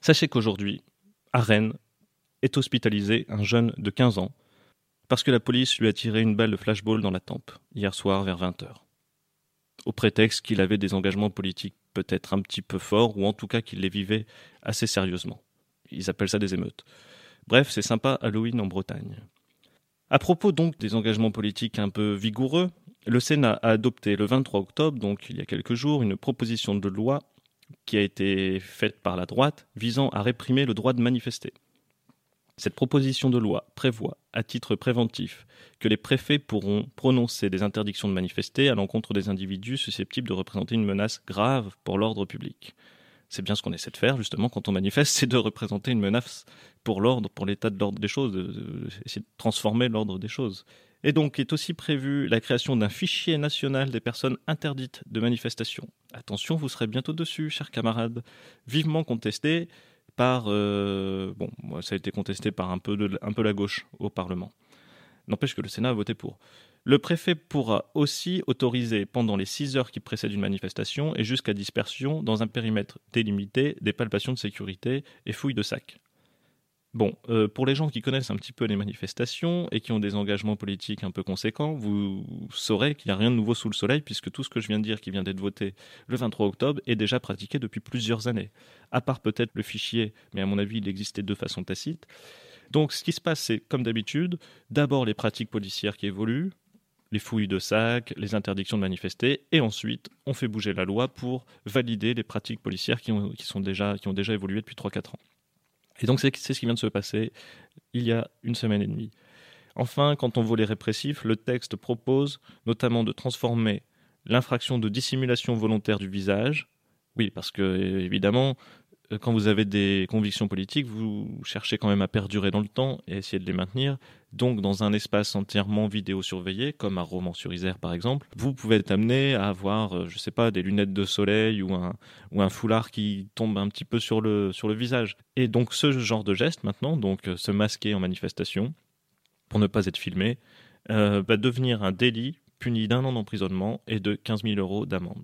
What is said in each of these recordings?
Sachez qu'aujourd'hui, à Rennes, est hospitalisé un jeune de 15 ans parce que la police lui a tiré une balle de flashball dans la tempe hier soir vers 20h. Au prétexte qu'il avait des engagements politiques peut-être un petit peu forts, ou en tout cas qu'il les vivait assez sérieusement. Ils appellent ça des émeutes. Bref, c'est sympa Halloween en Bretagne. À propos donc des engagements politiques un peu vigoureux, le Sénat a adopté le 23 octobre, donc il y a quelques jours, une proposition de loi qui a été faite par la droite visant à réprimer le droit de manifester. Cette proposition de loi prévoit, à titre préventif, que les préfets pourront prononcer des interdictions de manifester à l'encontre des individus susceptibles de représenter une menace grave pour l'ordre public. C'est bien ce qu'on essaie de faire, justement, quand on manifeste, c'est de représenter une menace pour l'ordre, pour l'état de l'ordre des choses, essayer de transformer l'ordre des choses. Et donc est aussi prévue la création d'un fichier national des personnes interdites de manifestation. Attention, vous serez bientôt dessus, chers camarades. Vivement contesté par... ça a été contesté par un peu la gauche au Parlement. N'empêche que le Sénat a voté pour. Le préfet pourra aussi autoriser, pendant les 6 heures qui précèdent une manifestation et jusqu'à dispersion, dans un périmètre délimité, des palpations de sécurité et fouilles de sacs. Bon, pour les gens qui connaissent un petit peu les manifestations et qui ont des engagements politiques un peu conséquents, vous saurez qu'il n'y a rien de nouveau sous le soleil, puisque tout ce que je viens de dire qui vient d'être voté le 23 octobre est déjà pratiqué depuis plusieurs années. À part peut-être le fichier, mais à mon avis il existait de façon tacite. Donc ce qui se passe, c'est comme d'habitude, d'abord les pratiques policières qui évoluent, les fouilles de sacs, les interdictions de manifester, et ensuite on fait bouger la loi pour valider les pratiques policières qui ont déjà évolué depuis 3-4 ans. Et donc c'est ce qui vient de se passer il y a une semaine et demie. Enfin, quant au volet répressif, le texte propose notamment de transformer l'infraction de dissimulation volontaire du visage. Oui, parce que évidemment, quand vous avez des convictions politiques, vous cherchez quand même à perdurer dans le temps et essayer de les maintenir. Donc, dans un espace entièrement vidéosurveillé, comme à Romans-sur-Isère par exemple, vous pouvez être amené à avoir, des lunettes de soleil ou un foulard qui tombe un petit peu sur le visage. Et donc, ce genre de geste maintenant, donc se masquer en manifestation pour ne pas être filmé, va devenir un délit puni d'1 an d'emprisonnement et de 15 000 € d'amende.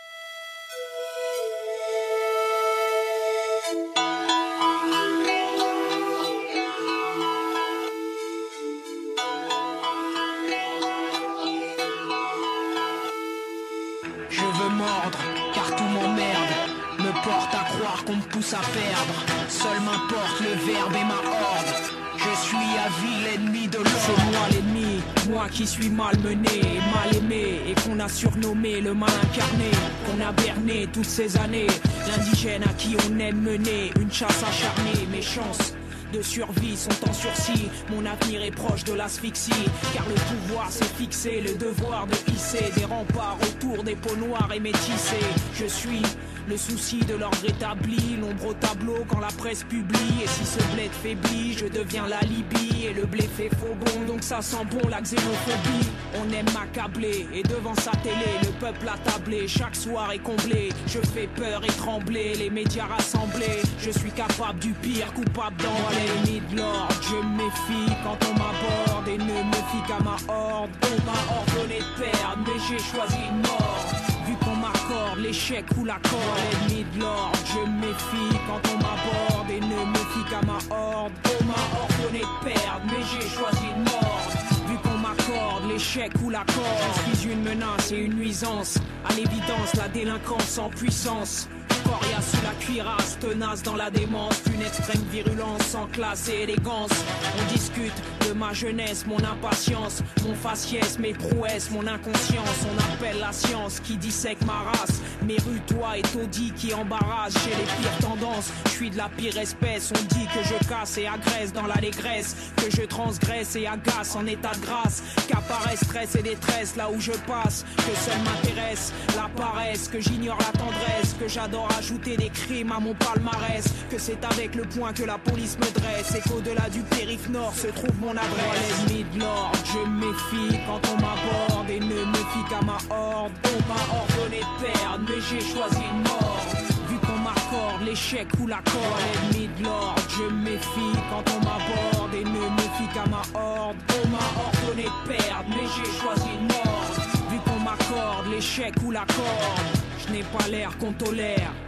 Car tout m'emmerde, me porte à croire qu'on me pousse à perdre. Seul m'importe le verbe et ma horde. Je suis à vie l'ennemi de l'ordre. C'est moi l'ennemi, moi qui suis malmené, mal aimé, et qu'on a surnommé le mal incarné, qu'on a berné toutes ces années. L'indigène à qui on aime mener une chasse acharnée. Mes chances de survie sont en sursis. Mon avenir est proche de l'asphyxie, car le pouvoir s'est fixé, le devoir de hisser des remparts autour des peaux noires et métissées. Je suis le souci de l'ordre établi, l'ombre au tableau quand la presse publie. Et si ce bled faiblit, je deviens la Libye, et le blé fait faux bon, donc ça sent bon la xénophobie. On aime m'accabler, et devant sa télé, le peuple attablé, chaque soir est comblé. Je fais peur et trembler, les médias rassemblés. Je suis capable du pire, coupable dans l'ennemi de l'ordre. Je me méfie quand on m'aborde, et ne me fie qu'à ma horde. On m'a ordonné de perdre, mais j'ai choisi une mort. Vu qu'on m'accorde l'échec ou la corde, l'ennemi de l'ordre. Je me méfie quand on m'aborde, et ne me fie qu'à ma horde. On m'a ordonné de perdre, mais j'ai choisi une mort. Vu qu'on m'accorde l'échec ou la corde, je suis une menace et une nuisance. À l'évidence, la délinquance en puissance. Coriace sous la cuirasse, tenace dans la démence, d'une extrême virulence, sans classe et élégance. On discute de ma jeunesse, mon impatience, mon faciès, mes prouesses, mon inconscience. On appelle la science qui dissèque ma race. Mes rues, toi et taudis qui embarrassent chez les pires tendances. Je suis de la pire espèce, on dit que je casse et agresse dans l'allégresse, que je transgresse et agace en état de grâce, qu'apparaît stress et détresse là où je passe, que seul m'intéresse la paresse, que j'ignore la tendresse, que j'adore ajouter des crimes à mon palmarès, que c'est avec le poing que la police me dresse, et qu'au-delà du périph' nord se trouve mon adresse. L'ennemi de l'ordre, je me méfie quand on m'aborde, et ne me fie qu'à ma horde. On m'a ordonné de perdre, mais j'ai choisi une mort. Vu qu'on m'accorde l'échec ou la corde, l'ennemi de l'ordre, je me méfie quand on m'aborde, et ne me fie qu'à ma horde. On m'a ordonné de perdre, mais j'ai choisi une mort. Vu qu'on m'accorde l'échec ou la corde, je n'ai pas l'air qu'on tolère.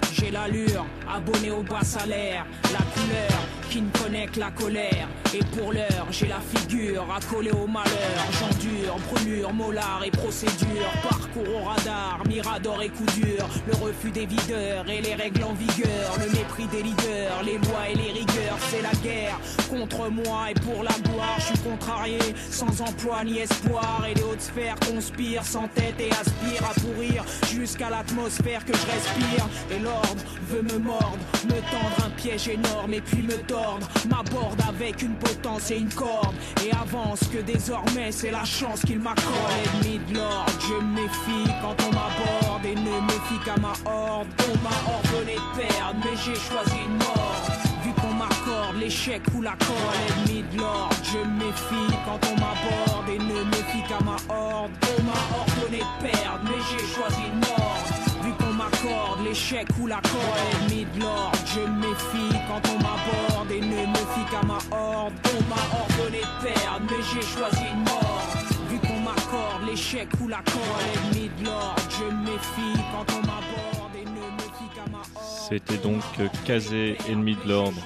j'ai l'allure, abonné au bas salaire, la couleur qui ne connaît que la colère. Et pour l'heure, j'ai la figure accolée au malheur. J'endure, brûlure, molar et procédure. Parcours au radar, mirador et coup dur. Le refus des videurs et les règles en vigueur. Le mépris des leaders, les lois et les rigueurs. C'est la guerre contre moi et pour la gloire. Je suis contrarié, sans emploi ni espoir. Et les hautes sphères conspirent sans tête et aspirent à pourrir jusqu'à l'atmosphère que je respire. Et l'ordre veut me mordre, me tendre un piège énorme et puis me tordre. M'aborde avec une potence et une corde et avance que désormais c'est la chance qu'il m'accorde. L'ennemi de l'ordre, je me méfie quand on m'aborde et ne méfie qu'à ma horde. On m'a ordonné de perdre mais j'ai choisi une mort. Vu qu'on m'accorde l'échec ou l'accord. L'ennemi de l'ordre, je me méfie quand on m'aborde et ne méfie qu'à ma horde. On m'a ordonné de perdre mais j'ai choisi une mort. Vu qu'on m'accorde l'échec ou l'accord. L'ennemi de l'ordre, je me méfie quand on m'aborde et ne me fie qu'à ma horde. On m'a ordonné de perdre mais j'ai choisi une mort. Vu qu'on m'accorde l'échec ou l'accord. L'ennemi de l'ordre, je me méfie quand on m'aborde et ne me fie qu'à ma horde. C'était donc Kazé, ennemi de l'ordre,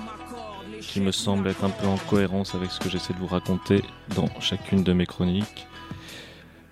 qui me semble être un peu en cohérence avec ce que j'essaie de vous raconter dans chacune de mes chroniques.